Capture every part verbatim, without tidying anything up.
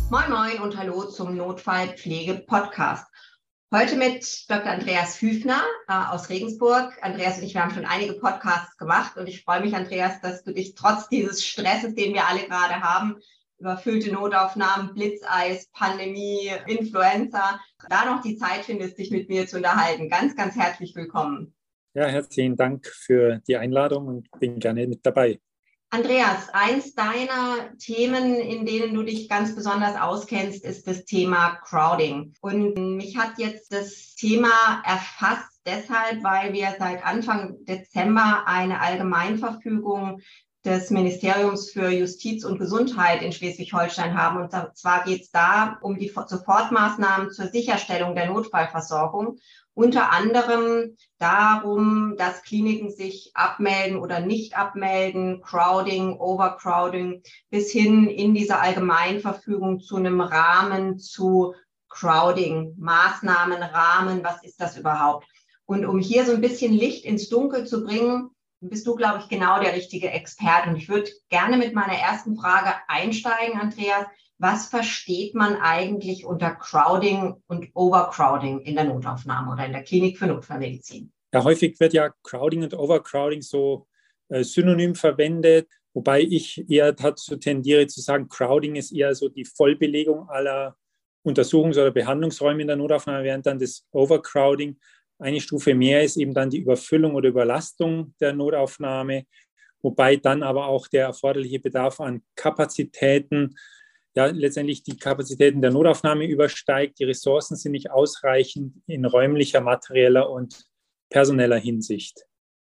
Moin Moin und hallo zum Notfallpflege-Podcast. Heute mit Doktor Andreas Hüfner äh, aus Regensburg. Andreas und ich, wir haben schon einige Podcasts gemacht und ich freue mich, Andreas, dass du dich trotz dieses Stresses, den wir alle gerade haben, überfüllte Notaufnahmen, Blitzeis, Pandemie, Influenza, da noch die Zeit findest, dich mit mir zu unterhalten. Ganz, ganz herzlich willkommen. Ja, herzlichen Dank für die Einladung und bin gerne mit dabei. Andreas, eins deiner Themen, in denen du dich ganz besonders auskennst, ist das Thema Crowding. Und mich hat jetzt das Thema erfasst deshalb, weil wir seit Anfang Dezember eine Allgemeinverfügung des Ministeriums für Justiz und Gesundheit in Schleswig-Holstein haben. Und zwar geht es da um die Sofortmaßnahmen zur Sicherstellung der Notfallversorgung. Unter anderem darum, dass Kliniken sich abmelden oder nicht abmelden, Crowding, Overcrowding, bis hin in dieser Allgemeinverfügung zu einem Rahmen zu Crowding, Maßnahmen, Rahmen, was ist das überhaupt? Und um hier so ein bisschen Licht ins Dunkel zu bringen, bist du, glaube ich, genau der richtige Experte. Und ich würde gerne mit meiner ersten Frage einsteigen, Andreas. Was versteht man eigentlich unter Crowding und Overcrowding in der Notaufnahme oder in der Klinik für Notfallmedizin? Ja, häufig wird ja Crowding und Overcrowding so äh, synonym verwendet, wobei ich eher dazu tendiere zu sagen, Crowding ist eher so die Vollbelegung aller Untersuchungs- oder Behandlungsräume in der Notaufnahme, während dann das Overcrowding eine Stufe mehr ist, eben dann die Überfüllung oder Überlastung der Notaufnahme, wobei dann aber auch der erforderliche Bedarf an Kapazitäten ja letztendlich die Kapazitäten der Notaufnahme übersteigt. Die Ressourcen sind nicht ausreichend in räumlicher, materieller und personeller Hinsicht.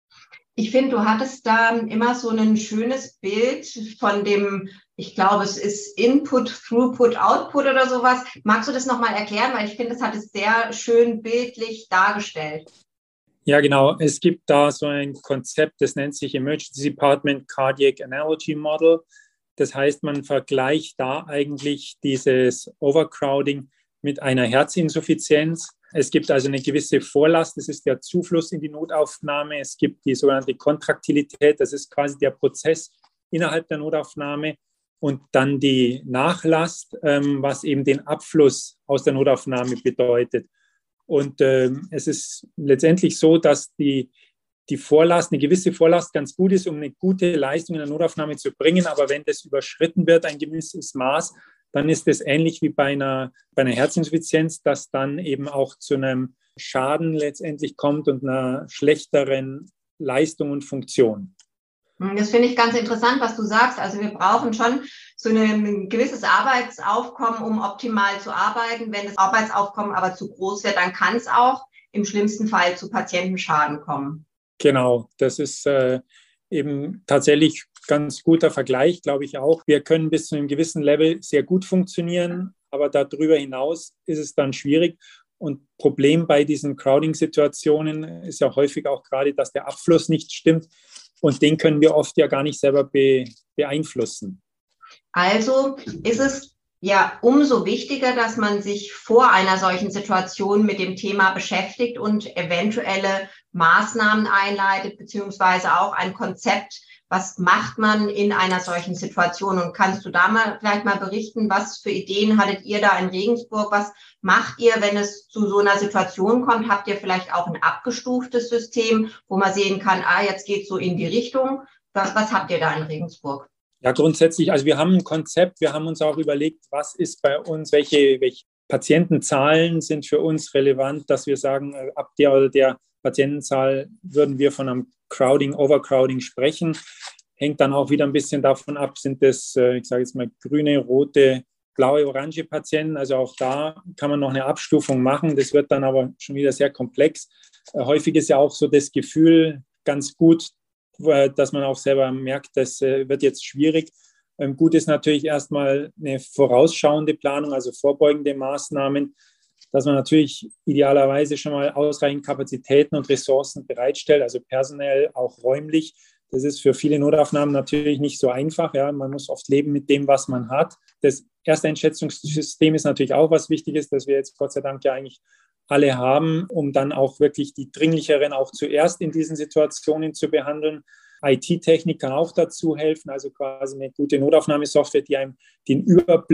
Ich finde, du hattest da immer so ein schönes Bild von dem, ich glaube, es ist Input, Throughput, Output oder sowas. Magst du das nochmal erklären? Weil ich finde, das hat es sehr schön bildlich dargestellt. Ja, genau. Es gibt da so ein Konzept, das nennt sich Emergency Department Cardiac Analogy Model. Das heißt, man vergleicht da eigentlich dieses Overcrowding mit einer Herzinsuffizienz. Es gibt also eine gewisse Vorlast, das ist der Zufluss in die Notaufnahme. Es gibt die sogenannte Kontraktilität, das ist quasi der Prozess innerhalb der Notaufnahme. Und dann die Nachlast, ähm, was eben den Abfluss aus der Notaufnahme bedeutet. Und ähm, es ist letztendlich so, dass die die Vorlast, eine gewisse Vorlast ganz gut ist, um eine gute Leistung in der Notaufnahme zu bringen. Aber wenn das überschritten wird, ein gewisses Maß, dann ist es ähnlich wie bei einer, bei einer Herzinsuffizienz, dass dann eben auch zu einem Schaden letztendlich kommt und einer schlechteren Leistung und Funktion. Das finde ich ganz interessant, was du sagst. Also wir brauchen schon so ein gewisses Arbeitsaufkommen, um optimal zu arbeiten. Wenn das Arbeitsaufkommen aber zu groß wird, dann kann es auch im schlimmsten Fall zu Patientenschaden kommen. Genau, das ist äh, eben tatsächlich ganz guter Vergleich, glaube ich auch. Wir können bis zu einem gewissen Level sehr gut funktionieren, aber darüber hinaus ist es dann schwierig. Und Problem bei diesen Crowding-Situationen ist ja häufig auch gerade, dass der Abfluss nicht stimmt. Und den können wir oft ja gar nicht selber be- beeinflussen. Also ist es ja umso wichtiger, dass man sich vor einer solchen Situation mit dem Thema beschäftigt und eventuelle Maßnahmen einleitet, beziehungsweise auch ein Konzept, was macht man in einer solchen Situation? Und kannst du da mal vielleicht mal berichten, was für Ideen hattet ihr da in Regensburg? Was macht ihr, wenn es zu so einer Situation kommt? Habt ihr vielleicht auch ein abgestuftes System, wo man sehen kann, ah, jetzt geht es so in die Richtung? Was, was habt ihr da in Regensburg? Ja, grundsätzlich, also wir haben ein Konzept, wir haben uns auch überlegt, was ist bei uns, welche, welche Patientenzahlen sind für uns relevant, dass wir sagen, ab der oder der Patientenzahl würden wir von einem Crowding, Overcrowding sprechen. Hängt dann auch wieder ein bisschen davon ab, sind das, ich sage jetzt mal, grüne, rote, blaue, orange Patienten. Also auch da kann man noch eine Abstufung machen. Das wird dann aber schon wieder sehr komplex. Häufig ist ja auch so das Gefühl ganz gut, dass man auch selber merkt, das wird jetzt schwierig. Gut ist natürlich erstmal eine vorausschauende Planung, also vorbeugende Maßnahmen, dass man natürlich idealerweise schon mal ausreichend Kapazitäten und Ressourcen bereitstellt, also personell, auch räumlich. Das ist für viele Notaufnahmen natürlich nicht so einfach. Ja. Man muss oft leben mit dem, was man hat. Das Ersteinschätzungssystem ist natürlich auch was Wichtiges, das wir jetzt Gott sei Dank ja eigentlich alle haben, um dann auch wirklich die dringlicheren auch zuerst in diesen Situationen zu behandeln. I T-Technik kann auch dazu helfen, also quasi eine gute Notaufnahmesoftware, die einem den Überblick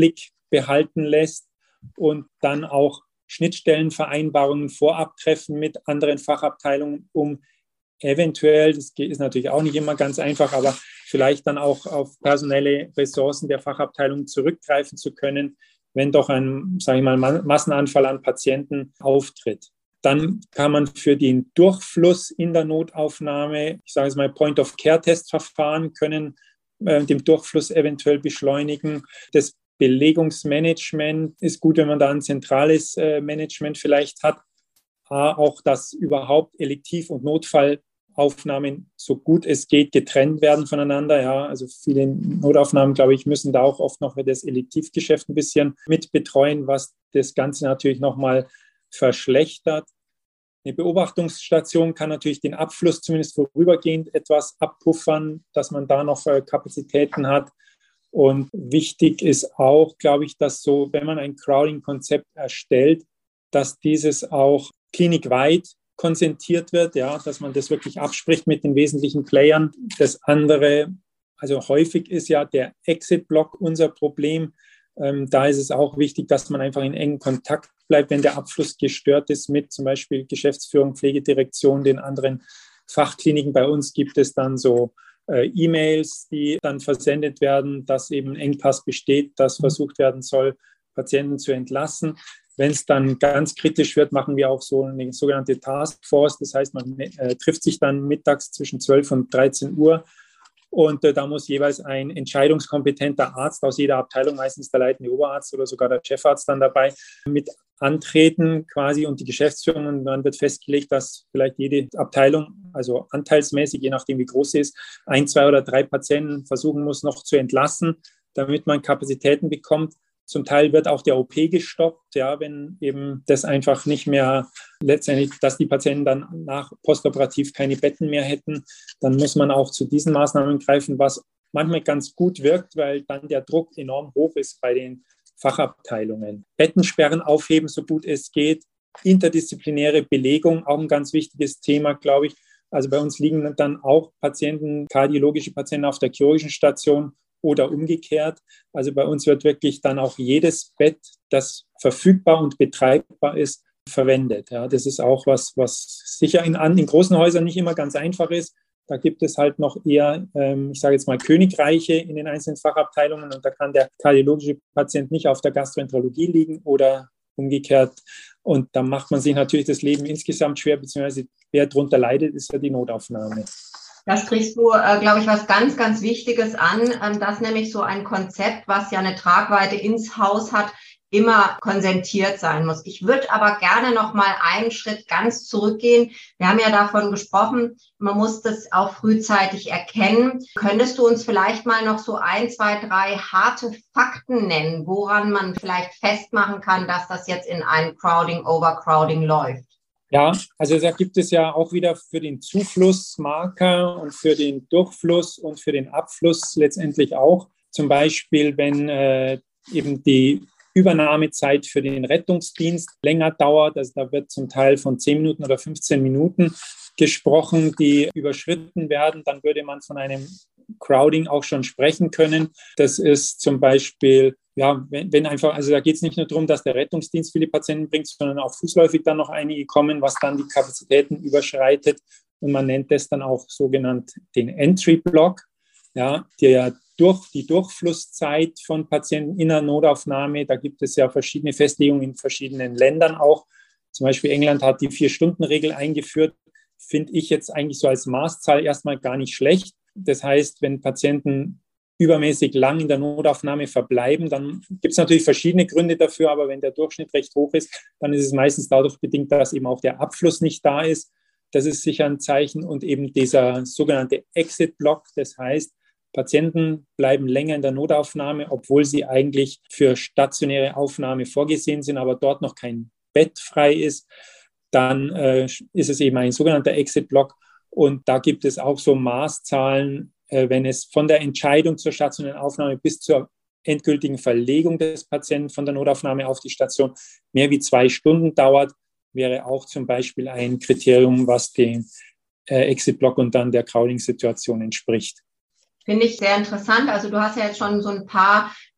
behalten lässt und dann auch Schnittstellenvereinbarungen vorab treffen mit anderen Fachabteilungen, um eventuell, das ist natürlich auch nicht immer ganz einfach, aber vielleicht dann auch auf personelle Ressourcen der Fachabteilung zurückgreifen zu können, wenn doch ein, sage ich mal, Massenanfall an Patienten auftritt. Dann kann man für den Durchfluss in der Notaufnahme, ich sage es mal, Point-of-Care-Testverfahren können äh, den Durchfluss eventuell beschleunigen. Das Belegungsmanagement ist gut, wenn man da ein zentrales äh, Management vielleicht hat. Auch, dass überhaupt Elektiv- und Notfallaufnahmen so gut es geht getrennt werden voneinander. Ja, also viele Notaufnahmen, glaube ich, müssen da auch oft noch das Elektivgeschäft ein bisschen mit betreuen, was das Ganze natürlich nochmal verschlechtert. Eine Beobachtungsstation kann natürlich den Abfluss zumindest vorübergehend etwas abpuffern, dass man da noch Kapazitäten hat. Und wichtig ist auch, glaube ich, dass so, wenn man ein Crowding-Konzept erstellt, dass dieses auch klinikweit konsentiert wird, ja, dass man das wirklich abspricht mit den wesentlichen Playern. Das andere, also häufig ist ja der Exit-Block unser Problem. Ähm, da ist es auch wichtig, dass man einfach in engem Kontakt bleibt, wenn der Abfluss gestört ist mit zum Beispiel Geschäftsführung, Pflegedirektion, den anderen Fachkliniken. Bei uns gibt es dann so äh, E-Mails, die dann versendet werden, dass eben ein Engpass besteht, dass versucht werden soll, Patienten zu entlassen. Wenn es dann ganz kritisch wird, machen wir auch so eine sogenannte Taskforce. Das heißt, man äh, trifft sich dann mittags zwischen zwölf und dreizehn Uhr und äh, da muss jeweils ein entscheidungskompetenter Arzt aus jeder Abteilung, meistens der leitende Oberarzt oder sogar der Chefarzt dann dabei, mit antreten quasi und die Geschäftsführung. Und dann wird festgelegt, dass vielleicht jede Abteilung, also anteilsmäßig, je nachdem wie groß sie ist, ein, zwei oder drei Patienten versuchen muss noch zu entlassen, damit man Kapazitäten bekommt. Zum Teil wird auch der O P gestoppt, ja, wenn eben das einfach nicht mehr letztendlich, dass die Patienten dann nach postoperativ keine Betten mehr hätten, dann muss man auch zu diesen Maßnahmen greifen, was manchmal ganz gut wirkt, weil dann der Druck enorm hoch ist bei den Fachabteilungen. Bettensperren aufheben, so gut es geht. Interdisziplinäre Belegung, auch ein ganz wichtiges Thema, glaube ich. Also bei uns liegen dann auch Patienten, kardiologische Patienten auf der chirurgischen Station oder umgekehrt. Also bei uns wird wirklich dann auch jedes Bett, das verfügbar und betreibbar ist, verwendet. Ja, das ist auch was, was sicher in, in großen Häusern nicht immer ganz einfach ist. Da gibt es halt noch eher, ähm, ich sage jetzt mal, Königreiche in den einzelnen Fachabteilungen und da kann der kardiologische Patient nicht auf der Gastroenterologie liegen oder umgekehrt. Und da macht man sich natürlich das Leben insgesamt schwer, beziehungsweise wer darunter leidet, ist ja die Notaufnahme. Da sprichst du, äh, glaube ich, was ganz, ganz Wichtiges an, ähm, dass nämlich so ein Konzept, was ja eine Tragweite ins Haus hat, immer konsentiert sein muss. Ich würde aber gerne noch mal einen Schritt ganz zurückgehen. Wir haben ja davon gesprochen, man muss das auch frühzeitig erkennen. Könntest du uns vielleicht mal noch so ein, zwei, drei harte Fakten nennen, woran man vielleicht festmachen kann, dass das jetzt in ein Crowding, Overcrowding läuft? Ja, also da gibt es ja auch wieder für den Zufluss Marker und für den Durchfluss und für den Abfluss letztendlich auch. Zum Beispiel, wenn äh, eben die Übernahmezeit für den Rettungsdienst länger dauert, also da wird zum Teil von zehn Minuten oder fünfzehn Minuten gesprochen, die überschritten werden, dann würde man von einem Crowding auch schon sprechen können. Das ist zum Beispiel, ja, wenn, wenn einfach, also da geht es nicht nur darum, dass der Rettungsdienst viele Patienten bringt, sondern auch fußläufig dann noch einige kommen, was dann die Kapazitäten überschreitet. Und man nennt das dann auch sogenannt den Entry-Block, ja, der durch die Durchflusszeit von Patienten in der Notaufnahme, da gibt es ja verschiedene Festlegungen in verschiedenen Ländern auch. Zum Beispiel England hat die Vier-Stunden-Regel eingeführt, finde ich jetzt eigentlich so als Maßzahl erstmal gar nicht schlecht. Das heißt, wenn Patienten übermäßig lang in der Notaufnahme verbleiben, dann gibt es natürlich verschiedene Gründe dafür, aber wenn der Durchschnitt recht hoch ist, dann ist es meistens dadurch bedingt, dass eben auch der Abfluss nicht da ist. Das ist sicher ein Zeichen und eben dieser sogenannte Exit-Block, das heißt, Patienten bleiben länger in der Notaufnahme, obwohl sie eigentlich für stationäre Aufnahme vorgesehen sind, aber dort noch kein Bett frei ist. Dann äh, ist es eben ein sogenannter Exit-Block. Und da gibt es auch so Maßzahlen, äh, wenn es von der Entscheidung zur stationären Aufnahme bis zur endgültigen Verlegung des Patienten von der Notaufnahme auf die Station mehr wie zwei Stunden dauert, wäre auch zum Beispiel ein Kriterium, was dem äh, Exit-Block und dann der Crowding-Situation entspricht. Finde ich sehr interessant. Also du hast ja jetzt schon so ein paar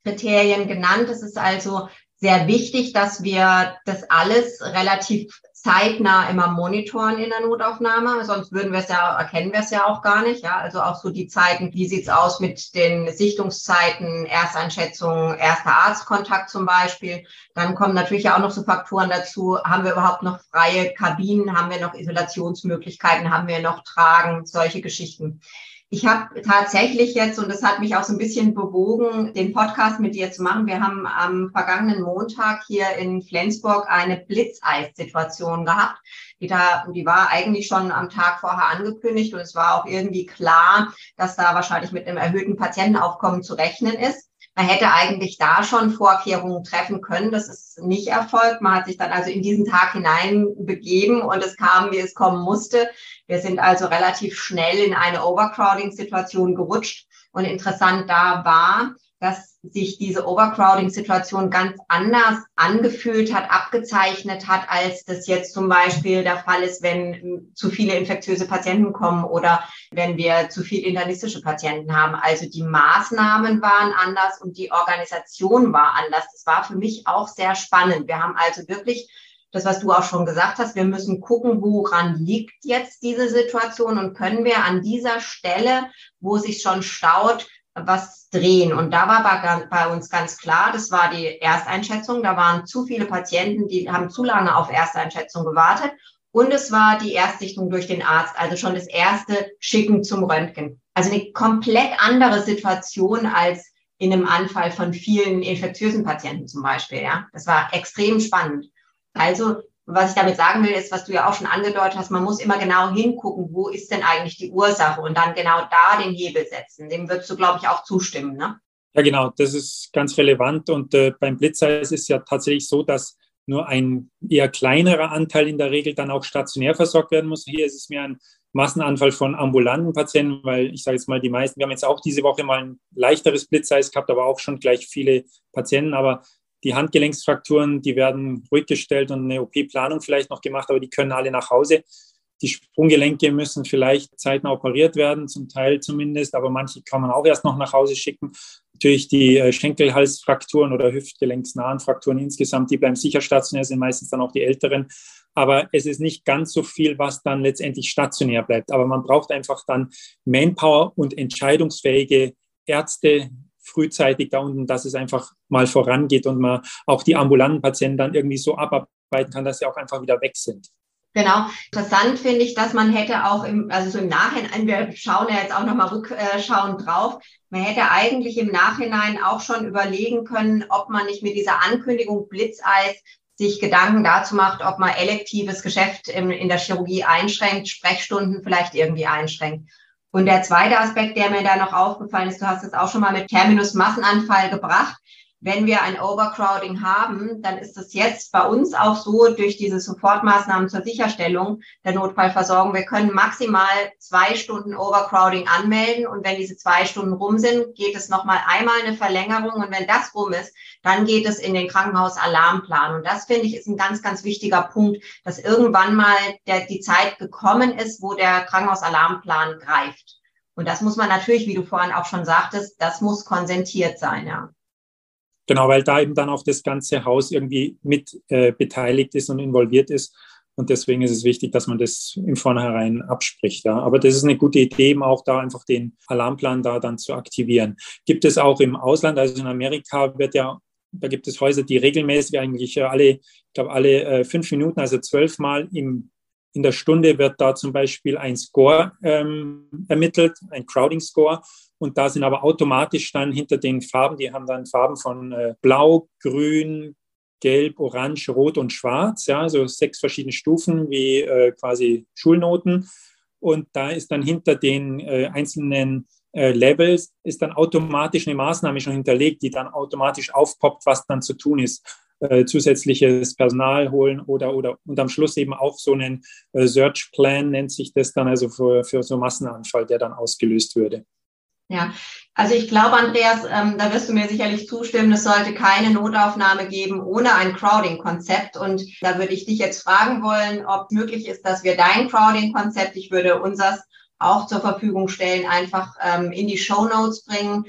Kriterien genannt. Es ist also sehr wichtig, dass wir das alles relativ zeitnah immer monitoren in der Notaufnahme, sonst würden wir es ja, erkennen wir es ja auch gar nicht. Ja, also auch so die Zeiten, wie sieht's aus mit den Sichtungszeiten, Ersteinschätzung, erster Arztkontakt zum Beispiel. Dann kommen natürlich auch noch so Faktoren dazu. Haben wir überhaupt noch freie Kabinen? Haben wir noch Isolationsmöglichkeiten? Haben wir noch Tragen? Solche Geschichten. Ich habe tatsächlich jetzt, und das hat mich auch so ein bisschen bewogen, den Podcast mit dir zu machen. Wir haben am vergangenen Montag hier in Flensburg eine Blitzeissituation gehabt. Die, da, die war eigentlich schon am Tag vorher angekündigt und es war auch irgendwie klar, dass da wahrscheinlich mit einem erhöhten Patientenaufkommen zu rechnen ist. Man hätte eigentlich da schon Vorkehrungen treffen können. Das ist nicht erfolgt. Man hat sich dann also in diesen Tag hinein begeben und es kam, wie es kommen musste. Wir sind also relativ schnell in eine Overcrowding-Situation gerutscht. Und interessant da war, dass sich diese Overcrowding-Situation ganz anders angefühlt hat, abgezeichnet hat, als das jetzt zum Beispiel der Fall ist, wenn zu viele infektiöse Patienten kommen oder wenn wir zu viel internistische Patienten haben. Also die Maßnahmen waren anders und die Organisation war anders. Das war für mich auch sehr spannend. Wir haben also wirklich das, was du auch schon gesagt hast, wir müssen gucken, woran liegt jetzt diese Situation und können wir an dieser Stelle, wo es sich schon staut, was drehen. Und da war bei, bei uns ganz klar, das war die Ersteinschätzung. Da waren zu viele Patienten, die haben zu lange auf Ersteinschätzung gewartet. Und es war die Erstsichtung durch den Arzt, also schon das erste Schicken zum Röntgen. Also eine komplett andere Situation als in einem Anfall von vielen infektiösen Patienten zum Beispiel. Ja, das war extrem spannend. Also, was ich damit sagen will, ist, was du ja auch schon angedeutet hast, man muss immer genau hingucken, wo ist denn eigentlich die Ursache und dann genau da den Hebel setzen. Dem würdest du, glaube ich, auch zustimmen, ne? Ja, genau, das ist ganz relevant und äh, beim Blitzeis ist es ja tatsächlich so, dass nur ein eher kleinerer Anteil in der Regel dann auch stationär versorgt werden muss. Hier ist es mehr ein Massenanfall von ambulanten Patienten, weil ich sage jetzt mal, die meisten, wir haben jetzt auch diese Woche mal ein leichteres Blitzeis gehabt, aber auch schon gleich viele Patienten, aber die Handgelenksfrakturen, die werden ruhig gestellt und eine O P-Planung vielleicht noch gemacht, aber die können alle nach Hause. Die Sprunggelenke müssen vielleicht zeitnah operiert werden, zum Teil zumindest, aber manche kann man auch erst noch nach Hause schicken. Natürlich die Schenkelhalsfrakturen oder hüftgelenksnahen Frakturen insgesamt, die bleiben sicher stationär, sind meistens dann auch die älteren. Aber es ist nicht ganz so viel, was dann letztendlich stationär bleibt. Aber man braucht einfach dann Manpower und entscheidungsfähige Ärzte, frühzeitig da unten, dass es einfach mal vorangeht und man auch die ambulanten Patienten dann irgendwie so abarbeiten kann, dass sie auch einfach wieder weg sind. Genau. Interessant finde ich, dass man hätte auch im, also so im Nachhinein, wir schauen ja jetzt auch nochmal rückschauend drauf, man hätte eigentlich im Nachhinein auch schon überlegen können, ob man nicht mit dieser Ankündigung Blitzeis sich Gedanken dazu macht, ob man elektives Geschäft in, in der Chirurgie einschränkt, Sprechstunden vielleicht irgendwie einschränkt. Und der zweite Aspekt, der mir da noch aufgefallen ist, du hast es auch schon mal mit Terminus Massenanfall gebracht. Wenn wir ein Overcrowding haben, dann ist es jetzt bei uns auch so, durch diese Sofortmaßnahmen zur Sicherstellung der Notfallversorgung, wir können maximal zwei Stunden Overcrowding anmelden und wenn diese zwei Stunden rum sind, geht es nochmal einmal eine Verlängerung und wenn das rum ist, dann geht es in den Krankenhausalarmplan und das, finde ich, ist ein ganz, ganz wichtiger Punkt, dass irgendwann mal der, die Zeit gekommen ist, wo der Krankenhausalarmplan greift. Und das muss man natürlich, wie du vorhin auch schon sagtest, das muss konsentiert sein, ja. Genau, weil da eben dann auch das ganze Haus irgendwie mit äh, beteiligt ist und involviert ist. Und deswegen ist es wichtig, dass man das im Vornherein abspricht. Ja. Aber das ist eine gute Idee, eben auch da einfach den Alarmplan da dann zu aktivieren. Gibt es auch im Ausland, also in Amerika wird ja, da gibt es Häuser, die regelmäßig eigentlich alle, ich glaube alle äh, fünf Minuten, also zwölfmal im in der Stunde wird da zum Beispiel ein Score ähm, ermittelt, ein Crowding-Score. Und da sind aber automatisch dann hinter den Farben, die haben dann Farben von äh, Blau, Grün, Gelb, Orange, Rot und Schwarz. Ja, so sechs verschiedene Stufen wie äh, quasi Schulnoten. Und da ist dann hinter den äh, einzelnen äh, Levels ist dann automatisch eine Maßnahme schon hinterlegt, die dann automatisch aufpoppt, was dann zu tun ist. Äh, zusätzliches Personal holen oder, oder und am Schluss eben auch so einen äh, Search Plan nennt sich das dann, also für, für so Massenanfall, der dann ausgelöst würde. Ja, also ich glaube, Andreas, ähm, da wirst du mir sicherlich zustimmen, es sollte keine Notaufnahme geben ohne ein Crowding-Konzept. Und da würde ich dich jetzt fragen wollen, ob möglich ist, dass wir dein Crowding-Konzept, ich würde unseres auch zur Verfügung stellen, einfach ähm, in die Shownotes bringen.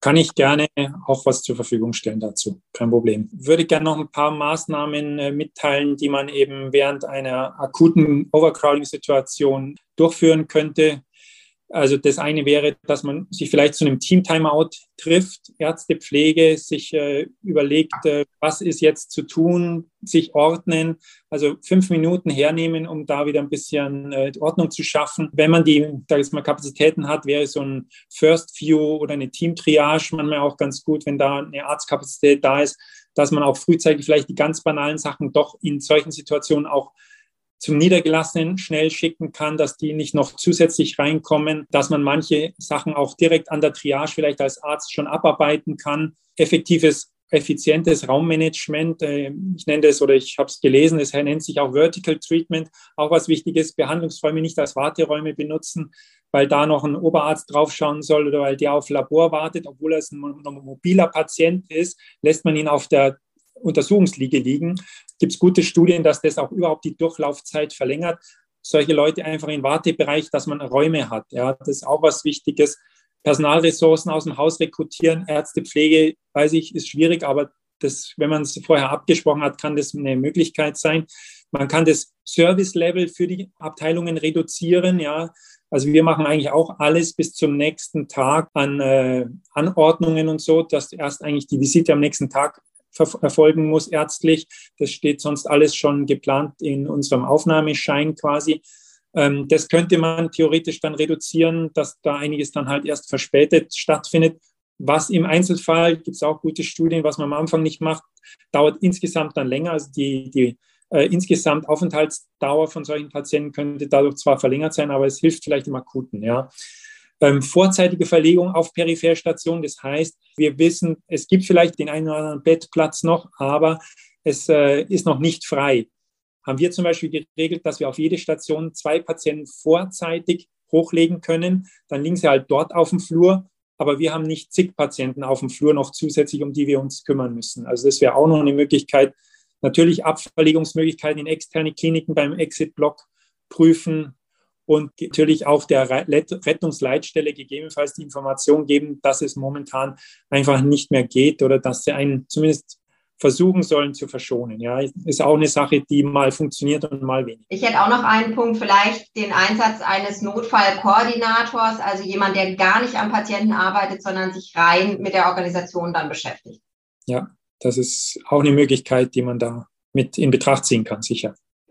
kann ich gerne auch was zur Verfügung stellen dazu. Kein Problem. Würde gerne noch ein paar Maßnahmen äh, mitteilen, die man eben während einer akuten Overcrowding-Situation durchführen könnte. Also das eine wäre, dass man sich vielleicht zu einem Team-Timeout trifft, Ärzte, Pflege, sich äh, überlegt, äh, was ist jetzt zu tun, sich ordnen, also fünf Minuten hernehmen, um da wieder ein bisschen äh, Ordnung zu schaffen. Wenn man die, sag ich mal, Kapazitäten hat, wäre so ein First View oder eine Team-Triage manchmal auch ganz gut, wenn da eine Arztkapazität da ist, dass man auch frühzeitig vielleicht die ganz banalen Sachen doch in solchen Situationen auch zum Niedergelassenen schnell schicken kann, dass die nicht noch zusätzlich reinkommen, dass man manche Sachen auch direkt an der Triage vielleicht als Arzt schon abarbeiten kann. Effektives, effizientes Raummanagement, ich nenne das oder ich habe es gelesen, es nennt sich auch Vertical Treatment, auch was Wichtiges, Behandlungsräume nicht als Warteräume benutzen, weil da noch ein Oberarzt draufschauen soll oder weil der auf Labor wartet, obwohl er ein mobiler Patient ist, lässt man ihn auf der Untersuchungsliege liegen. Gibt es gute Studien, dass das auch überhaupt die Durchlaufzeit verlängert. Solche Leute einfach im Wartebereich, dass man Räume hat. Ja, das ist auch was Wichtiges. Personalressourcen aus dem Haus rekrutieren, Ärzte, Pflege, weiß ich, ist schwierig, aber das, wenn man es vorher abgesprochen hat, kann das eine Möglichkeit sein. Man kann das Service-Level für die Abteilungen reduzieren. Ja, also wir machen eigentlich auch alles bis zum nächsten Tag an äh, Anordnungen und so, dass erst eigentlich die Visite am nächsten Tag erfolgen muss ärztlich. Das steht sonst alles schon geplant in unserem Aufnahmeschein quasi. Ähm, das könnte man theoretisch dann reduzieren, dass da einiges dann halt erst verspätet stattfindet. Was im Einzelfall, gibt es auch gute Studien, was man am Anfang nicht macht, dauert insgesamt dann länger. Also die, die äh, insgesamt Aufenthaltsdauer von solchen Patienten könnte dadurch zwar verlängert sein, aber es hilft vielleicht im Akuten, ja. Ähm, vorzeitige Verlegung auf Peripherstationen. Das heißt, wir wissen, es gibt vielleicht den einen oder anderen Bettplatz noch, aber es äh, ist noch nicht frei. Haben wir zum Beispiel geregelt, dass wir auf jede Station zwei Patienten vorzeitig hochlegen können. Dann liegen sie halt dort auf dem Flur, aber wir haben nicht zig Patienten auf dem Flur noch zusätzlich, um die wir uns kümmern müssen. Also das wäre auch noch eine Möglichkeit. Natürlich Abverlegungsmöglichkeiten in externe Kliniken beim Exit-Block prüfen. Und natürlich auch der Rettungsleitstelle gegebenenfalls die Information geben, dass es momentan einfach nicht mehr geht oder dass sie einen zumindest versuchen sollen zu verschonen. Ja, ist auch eine Sache, die mal funktioniert und mal weniger. Ich hätte auch noch einen Punkt, vielleicht den Einsatz eines Notfallkoordinators, also jemand, der gar nicht am Patienten arbeitet, sondern sich rein mit der Organisation dann beschäftigt. Ja, das ist auch eine Möglichkeit, die man da mit in Betracht ziehen kann, sicher.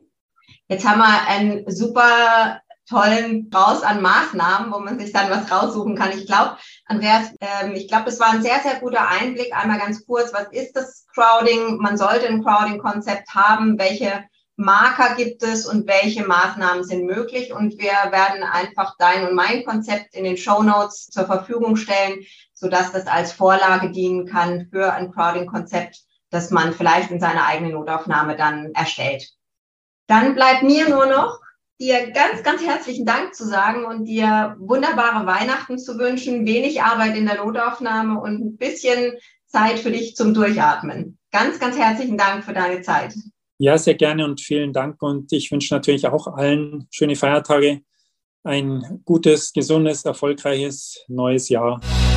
Jetzt haben wir einen super tollen Raus an Maßnahmen, wo man sich dann was raussuchen kann. Ich glaube, Andreas, ähm, ich glaube, das war ein sehr, sehr guter Einblick. Einmal ganz kurz, was ist das Crowding? Man sollte ein Crowding-Konzept haben. Welche Marker gibt es und welche Maßnahmen sind möglich? Und wir werden einfach dein und mein Konzept in den Shownotes zur Verfügung stellen, sodass das als Vorlage dienen kann für ein Crowding-Konzept, das man vielleicht in seiner eigenen Notaufnahme dann erstellt. Dann bleibt mir nur noch, dir ganz, ganz herzlichen Dank zu sagen und dir wunderbare Weihnachten zu wünschen, wenig Arbeit in der Notaufnahme und ein bisschen Zeit für dich zum Durchatmen. Ganz, ganz herzlichen Dank für deine Zeit. Ja, sehr gerne und vielen Dank. Und ich wünsche natürlich auch allen schöne Feiertage, ein gutes, gesundes, erfolgreiches neues Jahr.